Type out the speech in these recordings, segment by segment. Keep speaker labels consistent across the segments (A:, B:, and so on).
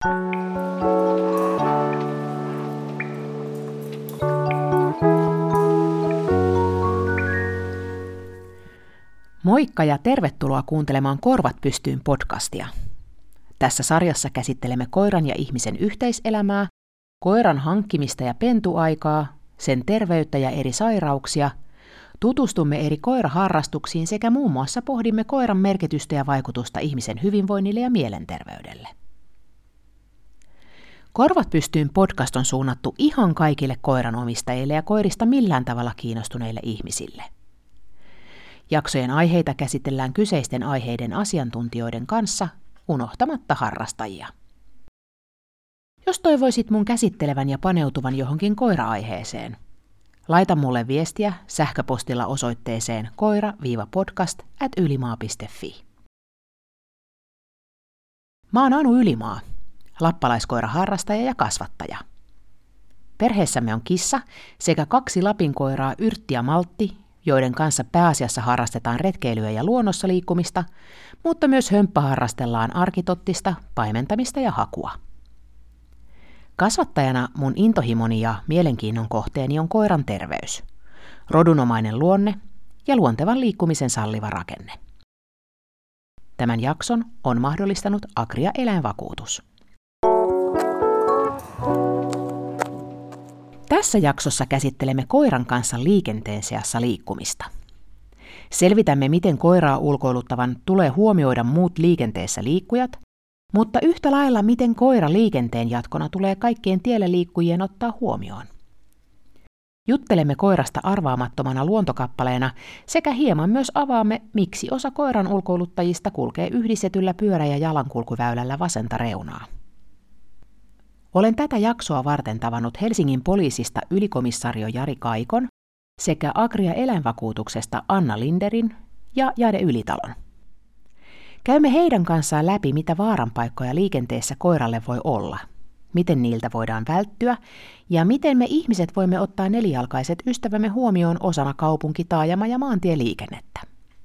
A: Moikka ja tervetuloa kuuntelemaan Korvat pystyyn podcastia. Tässä sarjassa käsittelemme koiran ja ihmisen yhteiselämää, koiran hankkimista ja pentuaikaa, sen terveyttä ja eri sairauksia, tutustumme eri koiraharrastuksiin sekä muun muassa pohdimme koiran merkitystä ja vaikutusta ihmisen hyvinvoinnille ja mielenterveydelle. Korvat pystyyn podcast on suunnattu ihan kaikille koiranomistajille ja koirista millään tavalla kiinnostuneille ihmisille. Jaksojen aiheita käsitellään kyseisten aiheiden asiantuntijoiden kanssa, unohtamatta harrastajia. Jos toivoisit mun käsittelevän ja paneutuvan johonkin koira-aiheeseen, laita mulle viestiä sähköpostilla osoitteeseen koira-podcast@ylimaa.fi. Mä oon Anu Ylimaa, lappalaiskoiraharrastaja ja kasvattaja. Perheessämme on kissa sekä 2 lapinkoiraa Yrtti ja Maltti, joiden kanssa pääasiassa harrastetaan retkeilyä ja luonnossa liikkumista, mutta myös hömppäharrastellaan arkitottista, paimentamista ja hakua. Kasvattajana mun intohimoni ja mielenkiinnon kohteeni on koiran terveys, rodunomainen luonne ja luontevan liikkumisen salliva rakenne. Tämän jakson on mahdollistanut Agria eläinvakuutus. Tässä jaksossa käsittelemme koiran kanssa liikenteen seassa liikkumista. Selvitämme, miten koiraa ulkoiluttavan tulee huomioida muut liikenteessä liikkujat, mutta yhtä lailla miten koira liikenteen jatkona tulee kaikkien tiellä liikkujien ottaa huomioon. Juttelemme koirasta arvaamattomana luontokappaleena sekä hieman myös avaamme, miksi osa koiran ulkoiluttajista kulkee yhdistetyllä pyörä- ja jalankulkuväylällä vasenta reunaa. Olen tätä jaksoa varten tavannut Helsingin poliisista ylikomissario Jari Kaikon sekä Agria eläinvakuutuksesta Anna Linderin ja Jade Ylitalon. Käymme heidän kanssaan läpi, mitä vaaranpaikkoja liikenteessä koiralle voi olla, miten niiltä voidaan välttyä ja miten me ihmiset voimme ottaa nelijalkaiset ystävämme huomioon osana kaupunki-, taajama- ja maantieliikennettä.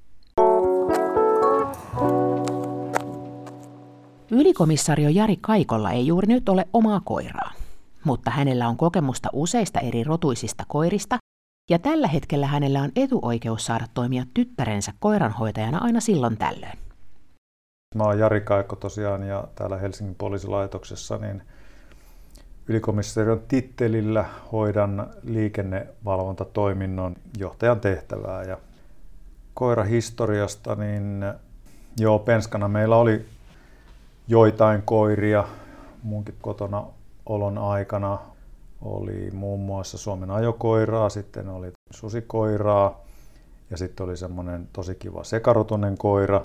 A: Ylikomissario Jari Kaikolla ei juuri nyt ole omaa koiraa, mutta hänellä on kokemusta useista eri rotuisista koirista ja tällä hetkellä hänellä on etuoikeus saada toimia tyttärensä koiranhoitajana aina silloin tällöin.
B: Mä oon Jari Kaikko tosiaan ja täällä Helsingin poliisilaitoksessa niin ylikomissarion tittelillä hoidan liikennevalvontatoiminnon johtajan tehtävää. Ja koirahistoriasta, niin penskana meillä oli joitain koiria. Munkin kotona olon aikana oli muun muassa Suomen ajokoiraa, sitten oli susikoiraa ja sitten oli semmoinen tosi kiva sekarotunen koira.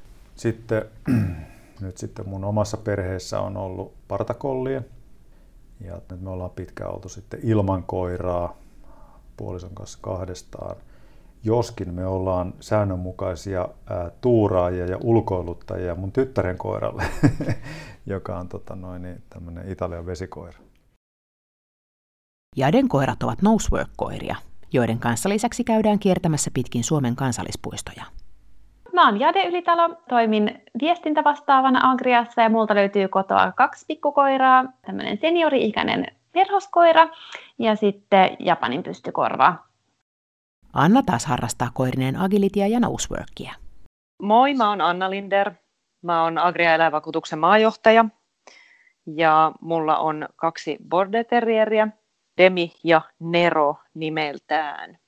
B: Nyt sitten mun omassa perheessä on ollut partakollia ja nyt me ollaan pitkään oltu sitten ilman koiraa puolison kanssa kahdestaan. Joskin me ollaan säännönmukaisia tuuraajia ja ulkoiluttajia mun tyttären koiralle, joka on tämmöinen Italian vesikoira.
A: Jaden koirat ovat Nosework-koiria, joiden kanssa lisäksi käydään kiertämässä pitkin Suomen kansallispuistoja.
C: Mä oon Jade Ylitalo, toimin viestintävastaavana Agriassa ja multa löytyy kotoa 2 pikkukoiraa, tämmöinen seniori-ikäinen perhoskoira ja sitten Japanin pystykorva.
A: Anna taas harrastaa koirineen agilityä ja Noseworkia.
D: Moi, mä oon Anna Linder. Mä oon Agria eläinvakuutuksen maajohtaja ja mulla on 2 border terrieriä, Demi ja Nero nimeltään.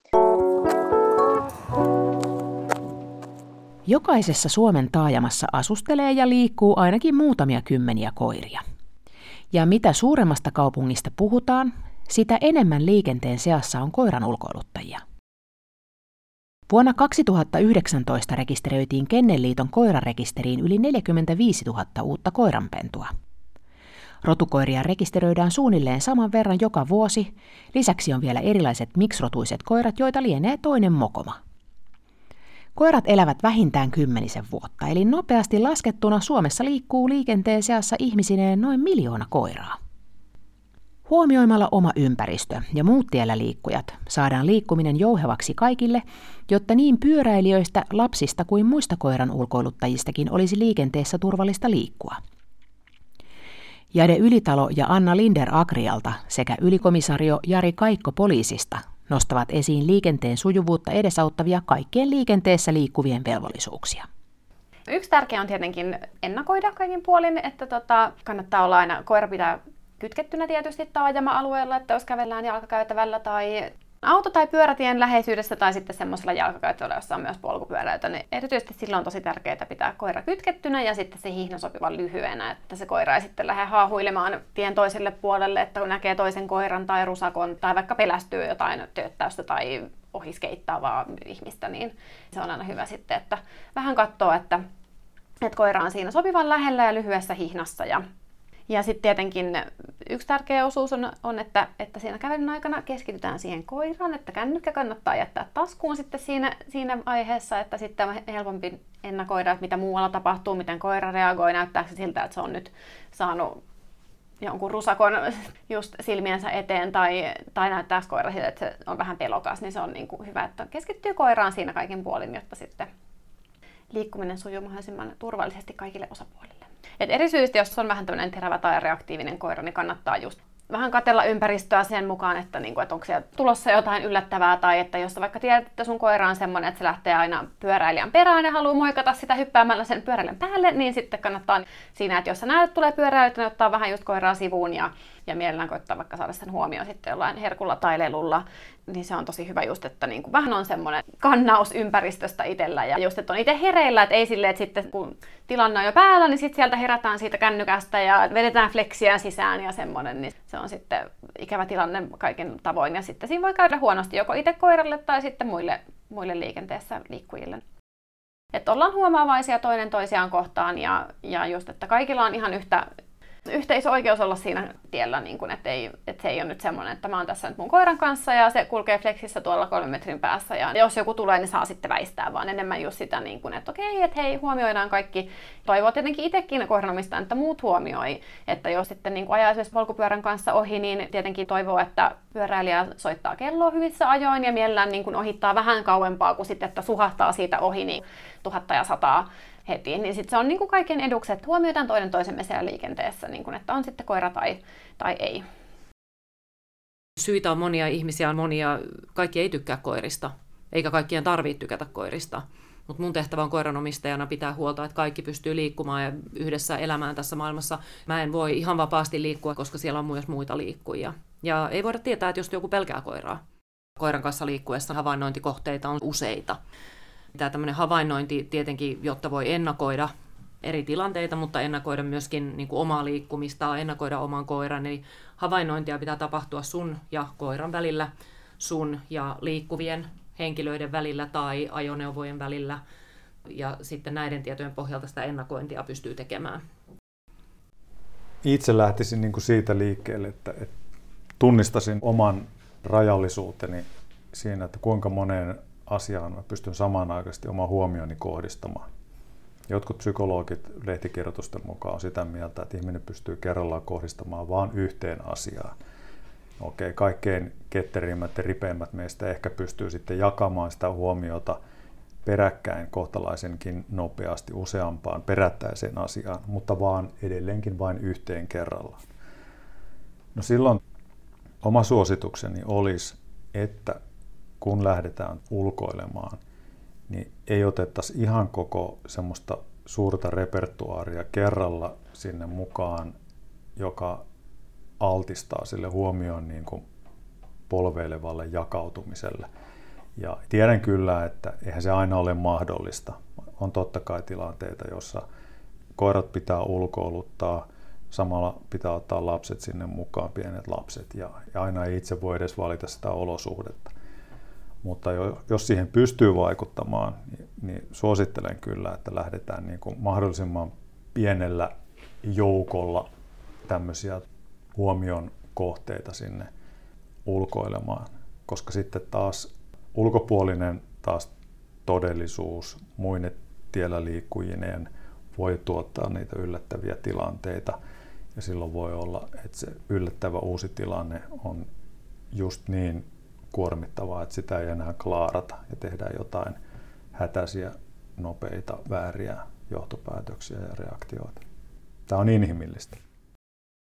A: Jokaisessa Suomen taajamassa asustelee ja liikkuu ainakin muutamia kymmeniä koiria. Ja mitä suuremmasta kaupungista puhutaan, sitä enemmän liikenteen seassa on koiran ulkoiluttajia. Vuonna 2019 rekisteröitiin Kennelliiton koirarekisteriin yli 45 000 uutta koiranpentua. Rotukoiria rekisteröidään suunnilleen saman verran joka vuosi, lisäksi on vielä erilaiset miksrotuiset koirat, joita lienee toinen mokoma. Koirat elävät vähintään 10 vuotta, eli nopeasti laskettuna Suomessa liikkuu liikenteen seassa ihmisineen noin 1 miljoona koiraa. Huomioimalla oma ympäristö ja muut tiellä liikkujat saadaan liikkuminen jouhevaksi kaikille, jotta niin pyöräilijöistä, lapsista kuin muista koiran ulkoiluttajistakin olisi liikenteessä turvallista liikkua. Jade Ylitalo ja Anna Linder Agrialta sekä ylikomisario Jari Kaikko poliisista nostavat esiin liikenteen sujuvuutta edesauttavia kaikkien liikenteessä liikkuvien velvollisuuksia.
E: Yksi tärkeä on tietenkin ennakoida kaikin puolin, että kannattaa olla aina, koira pitää kytkettynä tietysti taajama-alueella, että jos kävellään jalkakäytävällä tai auto- tai pyörätien läheisyydessä tai sitten semmoisella jalkakäytävällä, jossa on myös polkupyöräilijöitä, niin erityisesti silloin on tosi tärkeää pitää koira kytkettynä ja sitten se hihna sopivan lyhyenä, että se koira ei sitten lähde haahuilemaan tien toiselle puolelle, että kun näkee toisen koiran tai rusakon tai vaikka pelästyy jotain tööttäystä tai ohiskeittaavaa ihmistä, niin se on aina hyvä sitten, että vähän katsoo, että koira on siinä sopivan lähellä ja lyhyessä hihnassa. Ja sitten tietenkin yksi tärkeä osuus on että siinä kävelyn aikana keskitytään siihen koiraan, että kännykkä kannattaa jättää taskuun sitten siinä aiheessa, että sitten on helpompi ennakoida, että mitä muualla tapahtuu, miten koira reagoi, näyttääkö se siltä, että se on nyt saanut jonkun rusakon just silmiensä eteen tai näyttääkö koira siltä, että se on vähän pelokas, niin se on niin kuin hyvä, että keskittyy koiraan siinä kaikin puolin, jotta sitten liikkuminen sujuu mahdollisimman turvallisesti kaikille osapuolille. Et erityisesti, jos on vähän tämmöinen terävä tai reaktiivinen koira, niin kannattaa just vähän katsella ympäristöä sen mukaan, että onko siellä tulossa jotain yllättävää, tai että jos vaikka tiedät, että sun koira on semmoinen, että se lähtee aina pyöräilijän perään ja haluaa moikata sitä hyppäämällä sen pyöräilijän päälle, niin sitten kannattaa siinä, että jos sä näet, että tulee pyöräilijä, niin ottaa vähän just koiraa sivuun ja mielellään koittaa vaikka saada sen huomioon sitten jollain herkulla tai lelulla, niin se on tosi hyvä just, että niin kuin vähän on semmoinen kannaus ympäristöstä itsellä ja just, että on itse hereillä, että ei silleen, että sitten kun tilanne on jo päällä, niin sitten sieltä herätään siitä kännykästä ja vedetään fleksiä sisään ja semmoinen, niin se on sitten ikävä tilanne kaiken tavoin ja sitten siinä voi käydä huonosti joko itse koiralle tai sitten muille liikenteessä liikkujille. Että ollaan huomaavaisia toinen toisiaan kohtaan ja just, että kaikilla on ihan yhtä iso-oikeus olla siinä tiellä, niin kun, että se ei ole nyt semmoinen, että mä oon tässä nyt mun koiran kanssa ja se kulkee fleksissä tuolla 3 metrin päässä ja jos joku tulee, niin saa sitten väistää, vaan enemmän just sitä, niin kun, että okei, että hei, huomioidaan kaikki. Toivoo tietenkin itsekin koiranomistajan, että muut huomioi, että jos sitten niin ajaa esimerkiksi polkupyörän kanssa ohi, niin tietenkin toivoo, että pyöräilijä soittaa kelloa hyvissä ajoin ja mielellään niin kun ohittaa vähän kauempaa kuin sitten, että suhahtaa siitä ohi niin 1000 ja 100 heti, niin sitten se on niin kuin kaiken eduksi, että huomioidaan toinen toisemme siellä liikenteessä, niin kuin, että on sitten koira tai ei.
F: Syitä on monia, ihmisiä on monia, kaikki ei tykkää koirista, eikä kaikkien tarvitse tykätä koirista. Mutta mun tehtävä on koiranomistajana pitää huolta, että kaikki pystyy liikkumaan ja yhdessä elämään tässä maailmassa. Mä en voi ihan vapaasti liikkua, koska siellä on myös muita liikkujia. Ja ei voida tietää, että jos joku pelkää koiraa. Koiran kanssa liikkuessa havainnointikohteita on useita. Tämä tämmöinen havainnointi tietenkin, jotta voi ennakoida eri tilanteita, mutta ennakoida myöskin niin kuin omaa liikkumista, ennakoida oman koiran. Eli havainnointia pitää tapahtua sun ja koiran välillä, sun ja liikkuvien henkilöiden välillä tai ajoneuvojen välillä. Ja sitten näiden tietojen pohjalta sitä ennakointia pystyy tekemään.
B: Itse lähtisin niin kuin siitä liikkeelle, että tunnistasin oman rajallisuuteni siinä, että kuinka moneen asiaan mä pystyn samanaikaisesti oman huomioni kohdistamaan. Jotkut psykologit lehtikirjoitusten mukaan on sitä mieltä, että ihminen pystyy kerrallaan kohdistamaan vain yhteen asiaan. Okei, kaikkein ketterimmät ja ripeimmät meistä ehkä pystyy sitten jakamaan sitä huomiota peräkkäin kohtalaisenkin nopeasti useampaan perättäiseen asiaan, mutta vaan edelleenkin vain yhteen kerrallaan. No silloin oma suositukseni olisi, että kun lähdetään ulkoilemaan, niin ei otettaisi ihan koko semmoista suurta repertuaaria kerralla sinne mukaan, joka altistaa sille huomioon niin kuin polveilevalle jakautumiselle. Ja tiedän kyllä, että eihän se aina ole mahdollista. On totta kai tilanteita, jossa koirat pitää ulkoiluttaa, samalla pitää ottaa lapset sinne mukaan, pienet lapset, ja aina ei itse voi edes valita sitä olosuhdetta. Mutta jos siihen pystyy vaikuttamaan, niin suosittelen kyllä, että lähdetään niin kuin mahdollisimman pienellä joukolla tämmöisiä huomion kohteita sinne ulkoilemaan, koska sitten taas ulkopuolinen todellisuus muine tiellä liikkujineen voi tuottaa niitä yllättäviä tilanteita ja silloin voi olla, että se yllättävä uusi tilanne on just niin kuormittavaa, että sitä ei enää klaarata ja tehdään jotain hätäisiä, nopeita, vääriä johtopäätöksiä ja reaktioita. Tämä on inhimillistä.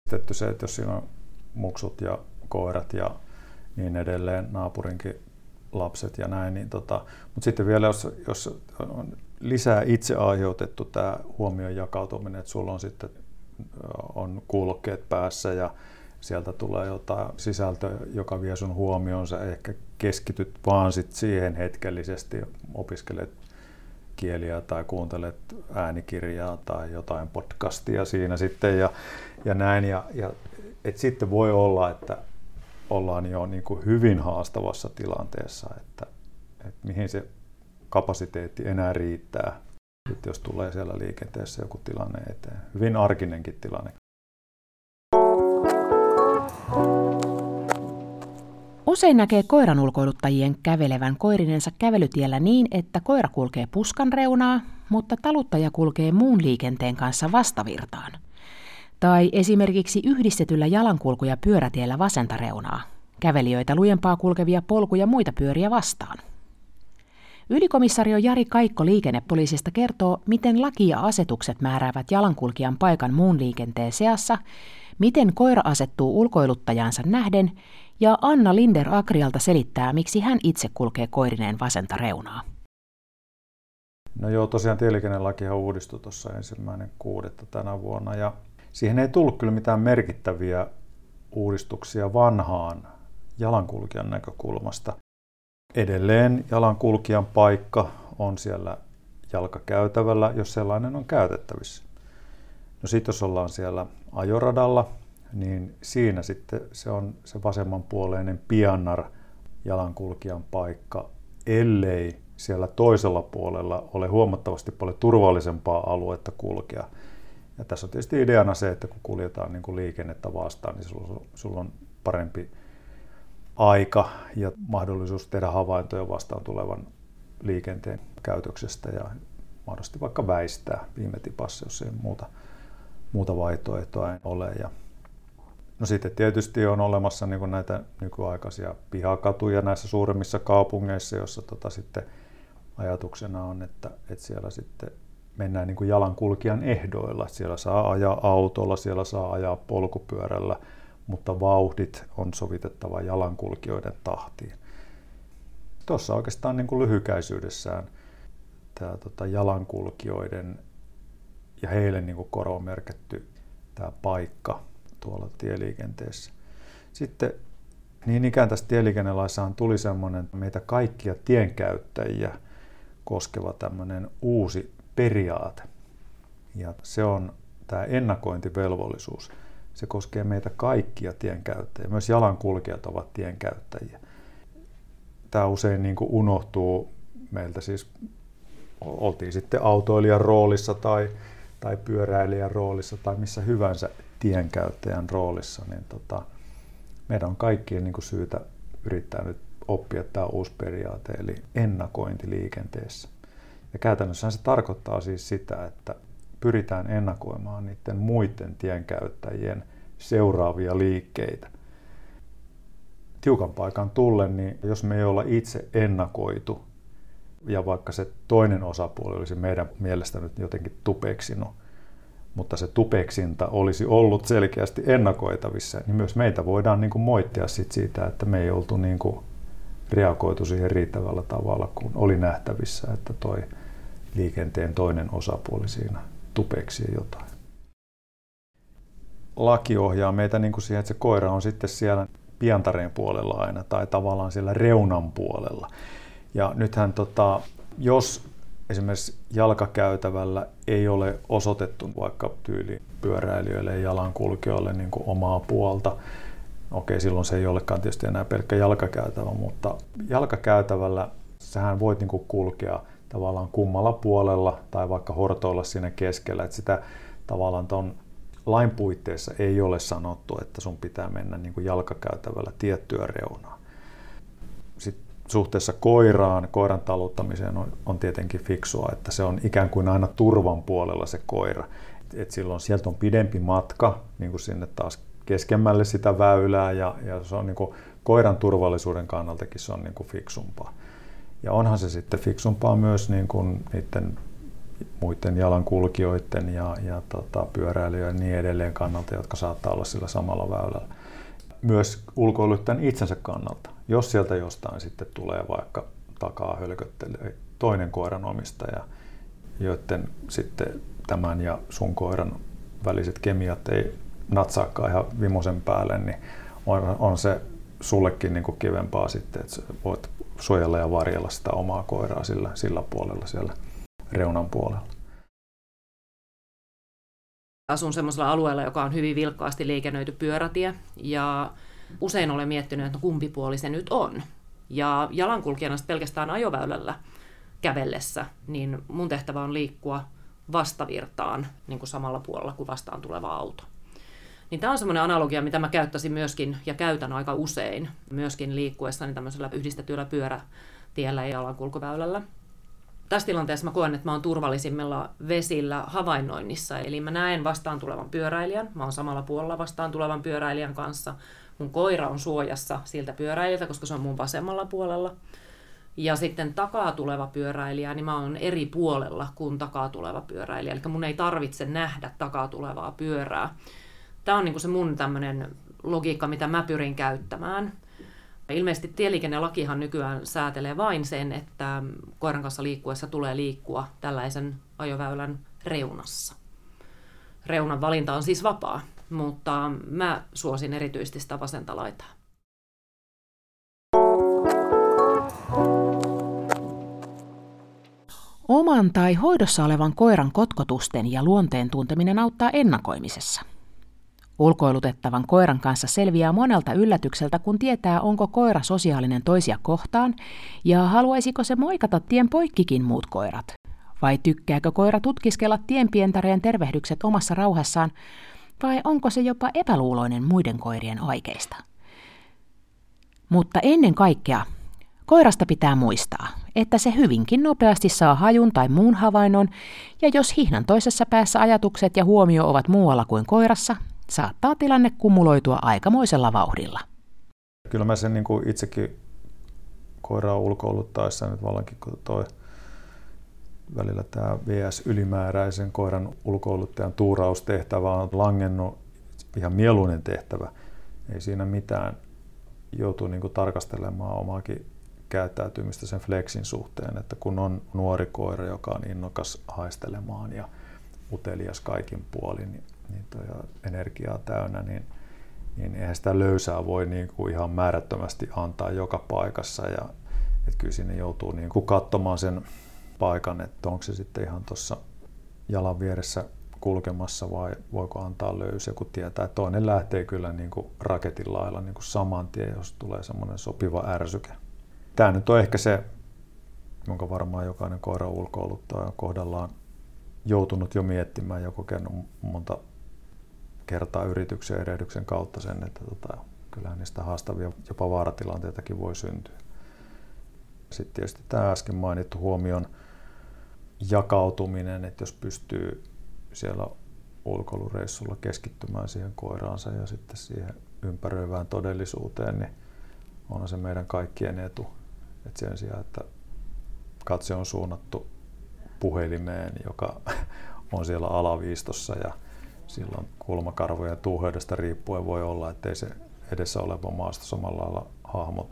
B: Tietty se, että jos siinä on muksut ja koirat ja niin edelleen, naapurinkin lapset ja näin, niin mutta sitten vielä jos on lisää itse aiheutettu tämä huomion jakautuminen, että sulla on sitten on kuulokkeet päässä ja sieltä tulee jotain sisältöä, joka vie sun huomionsa, ehkä keskityt vaan sit siihen hetkellisesti, opiskelet kieliä tai kuuntelet äänikirjaa tai jotain podcastia siinä sitten ja näin. Ja et sitten voi olla, että ollaan jo niin kuin hyvin haastavassa tilanteessa, että mihin se kapasiteetti enää riittää, sitten jos tulee siellä liikenteessä joku tilanne eteen. Hyvin arkinenkin tilanne.
A: Usein näkee koiranulkoiluttajien kävelevän koirinensa kävelytiellä niin, että koira kulkee puskan reunaa, mutta taluttaja kulkee muun liikenteen kanssa vastavirtaan. Tai esimerkiksi yhdistetyllä jalankulku- ja pyörätiellä vasenta reunaa, kävelijöitä lujempaa kulkevia polkuja muita pyöriä vastaan. Ylikomissario Jari Kaikko liikennepoliisista kertoo, miten laki ja asetukset määräävät jalankulkijan paikan muun liikenteen seassa, miten koira asettuu ulkoiluttajansa nähden, ja Anna Linder Agrialta selittää, miksi hän itse kulkee koirineen vasenta reunaa.
B: No joo, tosiaan tieliikennelakihan uudistui tuossa 1.6. tänä vuonna, ja siihen ei tullut kyllä mitään merkittäviä uudistuksia vanhaan jalankulkijan näkökulmasta. Edelleen jalankulkijan paikka on siellä jalkakäytävällä, jos sellainen on käytettävissä. No sitten jos ollaan siellä ajoradalla, niin siinä sitten se on se vasemmanpuoleinen piannar jalankulkijan paikka, ellei siellä toisella puolella ole huomattavasti paljon turvallisempaa aluetta kulkea. Ja tässä on tietysti ideana se, että kun kuljetaan niin kuin liikennettä vastaan, niin sulla on parempi aika ja mahdollisuus tehdä havaintoja vastaan tulevan liikenteen käytöksestä ja mahdollisesti vaikka väistää viime tipassa, jos ei muuta vaihtoehtoa ole. No sitten tietysti on olemassa niin kuin näitä nykyaikaisia pihakatuja näissä suuremmissa kaupungeissa, joissa sitten ajatuksena on, että siellä sitten mennään niin kuin jalankulkijan ehdoilla. Siellä saa ajaa autolla, siellä saa ajaa polkupyörällä, mutta vauhdit on sovitettava jalankulkijoiden tahtiin. Tuossa oikeastaan niin kuin lyhykäisyydessään tämä jalankulkijoiden ja heille niin kuin korvamerkitty tämä paikka tuolla tieliikenteessä. Sitten niin ikään tässä tieliikennelaissahan tuli semmoinen meitä kaikkia tienkäyttäjiä koskeva tämmöinen uusi periaate. Ja se on tämä ennakointivelvollisuus. Se koskee meitä kaikkia tienkäyttäjiä. Myös jalankulkijat ovat tienkäyttäjiä. Tämä usein niin kuin unohtuu meiltä, siis oltiin sitten autoilijan roolissa tai pyöräilijän roolissa tai missä hyvänsä tienkäyttäjän roolissa, niin meidän on kaikkien niin kuin syytä yrittää nyt oppia tämä uusi periaate, eli ennakointi liikenteessä. Ja käytännössä se tarkoittaa siis sitä, että pyritään ennakoimaan niiden muiden tienkäyttäjien seuraavia liikkeitä. Tiukan paikan tullen, niin jos me ei olla itse ennakoitu, ja vaikka se toinen osapuoli olisi meidän mielestä nyt jotenkin tupeksinut, mutta se tupeksinta olisi ollut selkeästi ennakoitavissa, niin myös meitä voidaan niin kuin moittia siitä, että me ei oltu niin kuin reagoitu siihen riittävällä tavalla, kun oli nähtävissä, että toi liikenteen toinen osapuoli siinä tupeksii jotain. Laki ohjaa meitä niin kuin siihen, että se koira on sitten siellä piantareen puolella aina tai tavallaan siellä reunan puolella. Ja nythän jos esimerkiksi jalkakäytävällä ei ole osoitettu vaikka pyöräilijöille ja jalankulkijoille niin kuin omaa puolta, okei, silloin se ei olekaan tietysti enää pelkkä jalkakäytävä, mutta jalkakäytävällä sähän voit niin kuin kulkea tavallaan kummalla puolella tai vaikka hortoilla siinä keskellä, että sitä tavallaan ton lain puitteissa ei ole sanottu, että sun pitää mennä niin kuin jalkakäytävällä tiettyä reunaa. Sitten suhteessa koiran taluttamiseen on tietenkin fiksua, että se on ikään kuin aina turvan puolella se koira. Et silloin sieltä on pidempi matka niin kuin sinne taas keskemmälle sitä väylää ja se on niin kuin koiran turvallisuuden kannaltakin se on niin kuin fiksumpaa. Ja onhan se sitten fiksumpaa myös niin kuin niiden muiden jalankulkijoiden ja pyöräilijöiden ja niin edelleen kannalta, jotka saattaa olla sillä samalla väylällä. Myös ulkoiluttajan itsensä kannalta. Jos sieltä jostain sitten tulee vaikka takaa hölköttelee toinen koiranomistaja, joiden sitten tämän ja sun koiran väliset kemiat ei natsaakaan ihan vimosen päälle, niin on se sullekin niin kuin kivempaa sitten, että voit suojella ja varjella sitä omaa koiraa sillä puolella, siellä reunan puolella.
F: Asun semmoisella alueella, joka on hyvin vilkkaasti liikennöity pyörätie, ja usein olen miettinyt, että kumpi puoli se nyt on. Ja jalankulkijana pelkästään ajoväylällä kävellessä, niin mun tehtävä on liikkua vastavirtaan niin kuin samalla puolella kuin vastaan tuleva auto. Niin tämä on semmoinen analogia, mitä mä käyttäisin myöskin ja käytän aika usein myöskin liikkuessani tämmöisellä yhdistetyllä pyörätiellä ja jalankulkuväylällä. Tässä tilanteessa mä koen, että mä oon turvallisimmilla vesillä havainnoinnissa, eli mä näen vastaan tulevan pyöräilijän, mä oon samalla puolella vastaan tulevan pyöräilijän kanssa. Mun koira on suojassa siltä pyöräilijältä, koska se on mun vasemmalla puolella. Ja sitten takaa tuleva pyöräilijä, niin mä oon eri puolella kuin takaa tuleva pyöräilijä, eli mun ei tarvitse nähdä takaa tulevaa pyörää. Tämä on niin kuin se mun tämmöinen logiikka, mitä mä pyrin käyttämään. Ilmeisesti tieliikennelakihan nykyään säätelee vain sen, että koiran kanssa liikkuessa tulee liikkua tällaisen ajoväylän reunassa. Reunan valinta on siis vapaa, mutta mä suosin erityisesti sitä vasenta laitaa.
A: Oman tai hoidossa olevan koiran kotkotusten ja luonteen tunteminen auttaa ennakoimisessa. Ulkoilutettavan koiran kanssa selviää monelta yllätykseltä, kun tietää, onko koira sosiaalinen toisia kohtaan ja haluaisiko se moikata tien poikkikin muut koirat. Vai tykkääkö koira tutkiskella tienpientareen tervehdykset omassa rauhassaan, vai onko se jopa epäluuloinen muiden koirien aikeista. Mutta ennen kaikkea koirasta pitää muistaa, että se hyvinkin nopeasti saa hajun tai muun havainnon, ja jos hihnan toisessa päässä ajatukset ja huomio ovat muualla kuin koirassa, saattaa tilanne kumuloitua aikamoisella vauhdilla.
B: Kyllä mä sen niin kuin itsekin koiraa ulkoiluttaessa nyt vallankin, kun välillä tämä VS-ylimääräisen koiran ulkoiluttajan tuuraustehtävä on langennut ihan mieluinen tehtävä. Ei siinä mitään. Joutuu niin kuin tarkastelemaan omaakin käyttäytymistä sen flexin suhteen, että kun on nuori koira, joka on innokas haistelemaan ja utelias kaikin puolin, niin energiaa täynnä, niin eihän sitä löysää voi niin kuin ihan määrättömästi antaa joka paikassa. Ja, että kyllä sinne joutuu niin kuin katsomaan sen paikan, että onko se sitten ihan tuossa jalan vieressä kulkemassa vai voiko antaa löysiä, kun tietää, että toinen lähtee kyllä niin kuin raketin lailla niin kuin saman tien, jos tulee semmoinen sopiva ärsyke. Tämä nyt on ehkä se, jonka varmaan jokainen koira ulkoiluttaja kohdallaan joutunut jo miettimään ja kokenut monta kertaa yrityksen ja erehdyksen kautta sen, että kyllähän niistä haastavia jopa vaaratilanteitakin voi syntyä. Sitten tietysti tämä äsken mainittu huomion jakautuminen, että jos pystyy siellä ulkoilureissulla keskittymään siihen koiraansa ja sitten siihen ympäröivään todellisuuteen, niin on se meidän kaikkien etu. Että sen sijaan, että katse on suunnattu puhelimeen, joka on siellä alaviistossa ja silloin kulmakarvojen tuuheudesta riippuen voi olla, ettei se edessä oleva maasto samalla lailla hahmotu.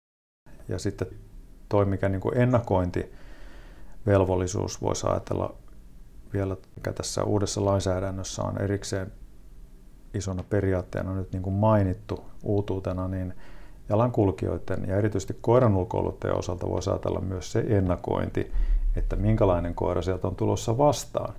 B: Ja sitten toi, mikä niin kuin ennakointivelvollisuus voisi ajatella vielä, mikä tässä uudessa lainsäädännössä on erikseen isona periaatteena nyt niin kuin mainittu uutuutena, niin jalankulkijoiden ja erityisesti koiran ulkoiluttajien osalta voisi ajatella myös se ennakointi, että minkälainen koira sieltä on tulossa vastaan.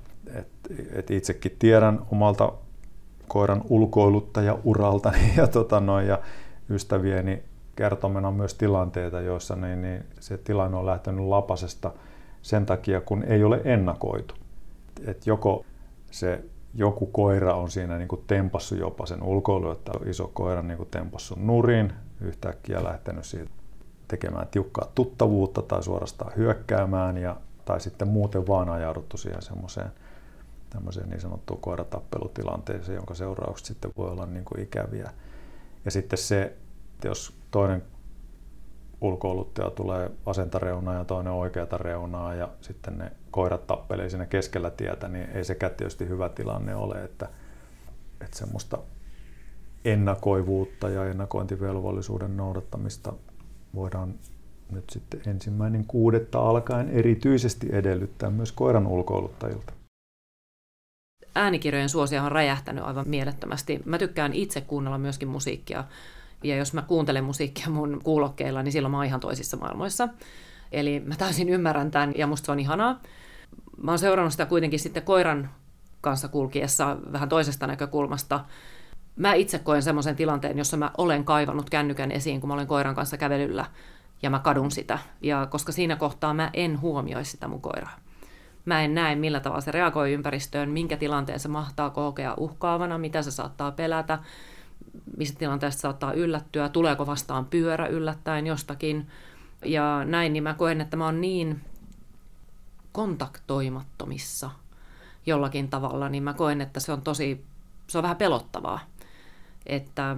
B: Et itsekin tiedän omalta koiran ulkoiluttajauraltani ja ystävieni kertomena myös tilanteita, joissa niin se tilanne on lähtenyt lapasesta sen takia, kun ei ole ennakoitu. Et joko se joku koira on siinä niin kuin tempassut jopa sen ulkoiluttajan iso koira niin kuin tempassut nurin, yhtäkkiä lähtenyt siitä tekemään tiukkaa tuttavuutta tai suorastaan hyökkäämään, tai sitten muuten vaan ajauduttu siihen semmoiseen tämmöiseen niin sanottuun koiratappelutilanteeseen, jonka seuraukset sitten voi olla niin kuin ikäviä. Ja sitten se, että jos toinen ulkoiluttaja tulee vasenta reunaa ja toinen oikeata reunaa ja sitten ne koirat tappelee siinä keskellä tietä, niin ei sekään tietysti hyvä tilanne ole, että semmoista ennakoivuutta ja ennakointivelvollisuuden noudattamista voidaan nyt sitten 1.6. alkaen erityisesti edellyttää myös koiran ulkoiluttajilta.
F: Äänikirjojen suosio on räjähtänyt aivan mielettömästi. Mä tykkään itse kuunnella myöskin musiikkia. Ja jos mä kuuntelen musiikkia mun kuulokkeilla, niin silloin mä oon ihan toisissa maailmoissa. Eli mä täysin ymmärrän tämän ja musta se on ihanaa. Mä oon seurannut sitä kuitenkin sitten koiran kanssa kulkiessa vähän toisesta näkökulmasta. Mä itse koen semmoisen tilanteen, jossa mä olen kaivannut kännykän esiin, kun mä olen koiran kanssa kävelyllä ja mä kadun sitä. Ja koska siinä kohtaa mä en huomioi sitä mun koiraa. Mä en näe, millä tavalla se reagoi ympäristöön, minkä tilanteen se mahtaa kokea uhkaavana, mitä se saattaa pelätä, missä tilanteessa saattaa yllättyä, tuleeko vastaan pyörä yllättäen jostakin. Ja näin, niin mä koen, että mä oon niin kontaktoimattomissa jollakin tavalla, niin mä koen, että se on vähän pelottavaa. Että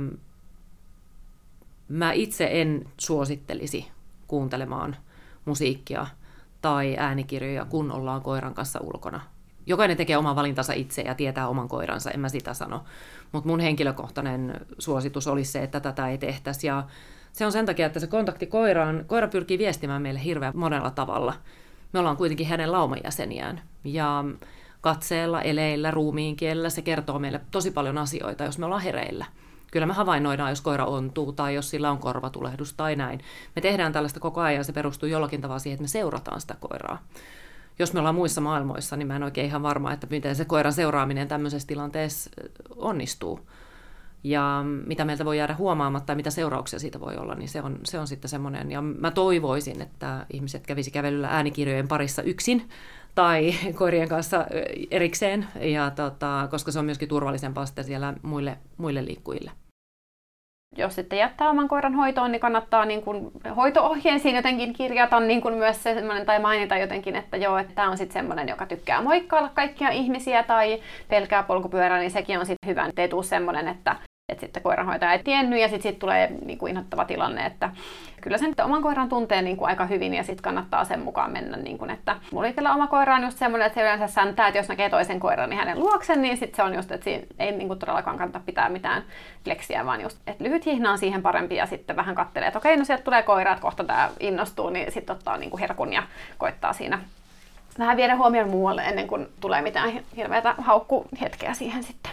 F: mä itse en suosittelisi kuuntelemaan musiikkia tai äänikirjoja, kun ollaan koiran kanssa ulkona. Jokainen tekee oman valintansa itse ja tietää oman koiransa, en mä sitä sano. Mutta mun henkilökohtainen suositus olisi se, että tätä ei tehtäisi. Ja se on sen takia, että se kontakti koira pyrkii viestimään meille hirveän monella tavalla. Me ollaan kuitenkin hänen laumajäseniään. Ja katseella, eleillä, ruumiinkielellä se kertoo meille tosi paljon asioita, jos me ollaan hereillä. Kyllä me havainnoidaan, jos koira ontuu tai jos sillä on korvatulehdus tai näin. Me tehdään tällaista koko ajan ja se perustuu jollakin tavalla siihen, että me seurataan sitä koiraa. Jos me ollaan muissa maailmoissa, niin mä en oikein ihan varma, että miten se koiran seuraaminen tämmöisessä tilanteessa onnistuu. Ja mitä meiltä voi jäädä huomaamatta ja mitä seurauksia siitä voi olla, niin se on sitten semmoinen. Ja mä toivoisin, että ihmiset kävisi kävelyllä äänikirjojen parissa yksin tai koirien kanssa erikseen, koska se on myöskin turvallisempaa sitten siellä muille liikkujille.
E: Jos sitten jättää oman koiran hoitoon, niin kannattaa niin kuin hoito-ohjeisiin jotenkin kirjata niin kuin myös se semmoinen, tai mainita jotenkin, että joo, että tämä on sitten semmoinen, joka tykkää moikkailla kaikkia ihmisiä tai pelkää polkupyörää, niin sekin on sitten hyvä, ettei tule semmoinen, että sitten koiranhoitaja ei tiennyt ja sitten tulee niin kuin inhottava tilanne, että kyllä sen oman koiran tuntee niin kuin aika hyvin ja sitten kannattaa sen mukaan mennä, niin kuin, että mulla itsellä oma koira on just semmoinen, että se yleensä säntää, että jos näkee toisen koiran niin hänen luoksen, niin sitten se on just, että siinä ei niin kuin todellakaan kannata pitää mitään fleksiä, vaan just, että lyhyt hihna on siihen parempi ja sitten vähän katselee, että okei, no sieltä tulee koira, että kohta tämä innostuu, niin sitten ottaa niin kuin herkun ja koittaa siinä vähän viedä huomioon muualle ennen kuin tulee mitään hirveätä haukkuhetkeä siihen sitten.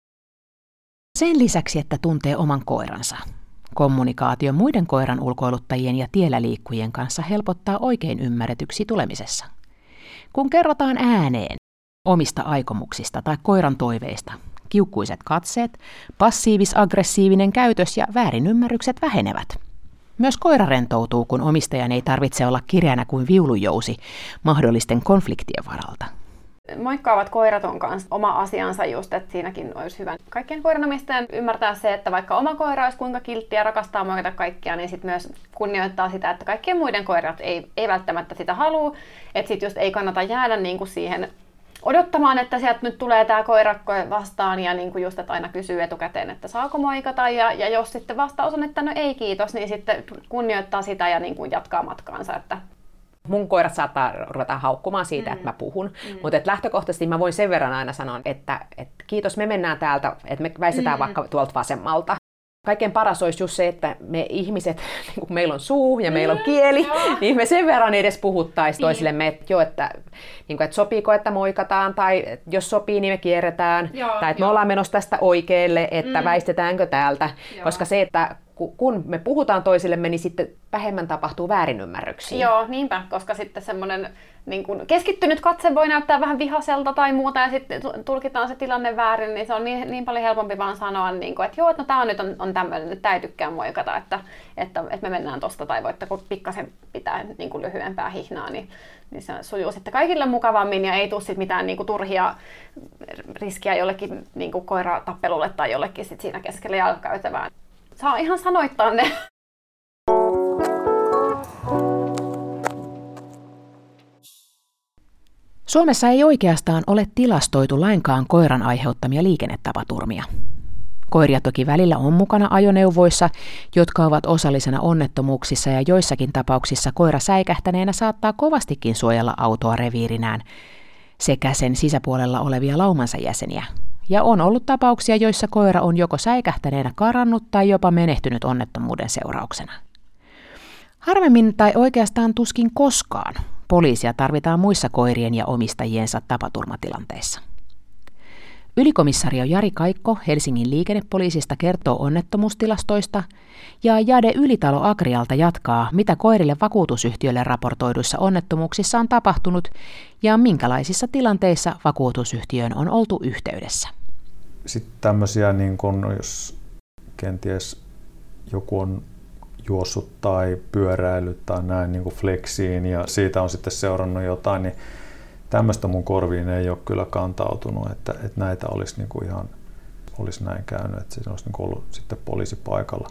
A: Sen lisäksi, että tuntee oman koiransa, kommunikaatio muiden koiran ulkoiluttajien ja tiellä liikkujien kanssa helpottaa oikein ymmärretyksi tulemisessa. Kun kerrotaan ääneen omista aikomuksista tai koiran toiveista, kiukkuiset katseet, passiivis-aggressiivinen käytös ja väärinymmärrykset vähenevät. Myös koira rentoutuu, kun omistajan ei tarvitse olla kireänä kuin viulujousi mahdollisten konfliktien varalta.
E: Moikkaavat koirat on kanssa oma asiansa just, että siinäkin olisi hyvä kaikkien koiranomistajan ymmärtää se, että vaikka oma koira olisi kuinka kiltti ja rakastaa moikata kaikkia, niin sitten myös kunnioittaa sitä, että kaikkien muiden koirat ei välttämättä sitä halua. Että sitten just ei kannata jäädä niinku siihen odottamaan, että sieltä nyt tulee tämä koirakko vastaan ja niinku just, että aina kysyy etukäteen, että saako moikata ja jos sitten vastaus on, että no ei kiitos, niin sitten kunnioittaa sitä ja niinku jatkaa matkaansa. Että
G: mun koirat saattaa ruveta haukkumaan siitä, että mä puhun, mutta lähtökohtaisesti mä voin sen verran aina sanoa, että kiitos, me mennään täältä, että me väistetään vaikka tuolta vasemmalta. Kaikkein paras olisi just se, että me ihmiset, niin kun meillä on suu ja meillä on kieli, niin me sen verran edes puhuttaisiin toisillemme, että sopiiko, että moikataan, tai jos sopii, niin me kierretään, tai että me ollaan menossa tästä oikealle, että väistetäänkö täältä, koska se, että kun me puhutaan toisillemme, niin sitten vähemmän tapahtuu väärinymmärryksiä.
E: Joo, niinpä, koska sitten semmoinen niin kun keskittynyt katse voi näyttää vähän vihaselta tai muuta, ja sitten tulkitaan se tilanne väärin, niin se on niin paljon helpompi vaan sanoa, niin kun, että joo, että no, tämä nyt on tämmöinen, että tämä ei tykkää moikata, että me mennään tosta, tai voitteko pikkasen pitää niin kun lyhyempää hihnaa, niin se sujuu sitten kaikille mukavammin, ja ei tule sitten mitään niin kun turhia riskiä jollekin niin kun koiratappelulle tai jollekin sit siinä keskellä jalkakäytävää. Saa ihan sanoittaa ne.
A: Suomessa ei oikeastaan ole tilastoitu lainkaan koiran aiheuttamia liikennetapaturmia. Koiria toki välillä on mukana ajoneuvoissa, jotka ovat osallisena onnettomuuksissa ja joissakin tapauksissa koira säikähtäneenä saattaa kovastikin suojella autoa reviirinään sekä sen sisäpuolella olevia laumansa jäseniä. Ja on ollut tapauksia, joissa koira on joko säikähtäneenä karannut tai jopa menehtynyt onnettomuuden seurauksena. Harvemmin tai oikeastaan tuskin koskaan poliisia tarvitaan muissa koirien ja omistajiensa tapaturmatilanteissa. Ylikomissario Jari Kaikko Helsingin liikennepoliisista kertoo onnettomuustilastoista ja Jade Ylitalo Agrialta jatkaa, mitä koirille vakuutusyhtiölle raportoiduissa onnettomuuksissa on tapahtunut ja minkälaisissa tilanteissa vakuutusyhtiöön on oltu yhteydessä.
B: Sitten tämmöisiä, niin kun, jos kenties joku on juossut tai pyöräillyt tai näin niin kuin fleksiin ja siitä on sitten seurannut jotain, niin tämmöistä mun korviin ei ole kyllä kantautunut, että näitä olisi niin kuin ihan olisi näin käynyt, että siinä olisi niin kuin ollut sitten poliisi paikalla.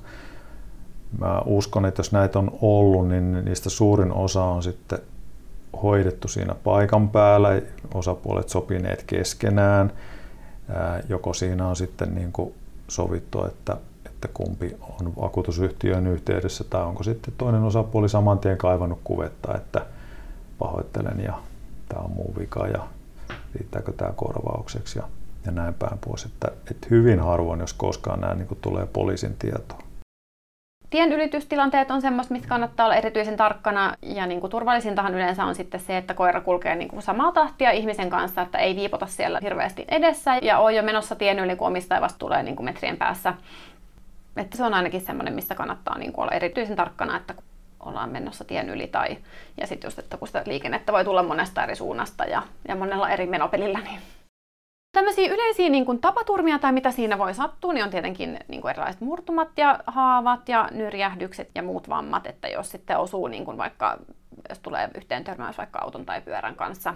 B: Mä uskon, että jos näitä on ollut, niin niistä suurin osa on sitten hoidettu siinä paikan päällä, osapuolet sopineet keskenään, joko siinä on sitten niin kuin sovittu, että kumpi on vakuutusyhtiön yhteydessä tai onko sitten toinen osapuoli saman tien kaivannut kuvetta, että pahoittelen ja tämä on muu vika ja riittääkö tämä korvaukseksi ja näin päin pois. Että hyvin harvoin, jos koskaan nämä niin kuin tulee poliisin tietoon.
E: Tien ylitystilanteet on semmoista, mistä kannattaa olla erityisen tarkkana ja niin kuin turvallisintahan yleensä on sitten se, että koira kulkee niin kuin samaa tahtia ihmisen kanssa, että ei viipota siellä hirveästi edessä ja on jo menossa tien yli, kun omistaja vasta tulee niin kuin metrien päässä. Että se on ainakin semmoinen, mistä kannattaa niin kuin olla erityisen tarkkana, että kun ollaan menossa tien yli ja sitten just, että kun sitä liikennettä voi tulla monesta eri suunnasta ja monella eri menopelillä. Niin. Tämmöisiä yleisiä niin kuin tapaturmia tai mitä siinä voi sattua, niin on tietenkin niin kuin erilaiset murtumat ja haavat ja nyrjähdykset ja muut vammat, että jos sitten osuu niin kuin vaikka, jos tulee yhteen törmäys vaikka auton tai pyörän kanssa.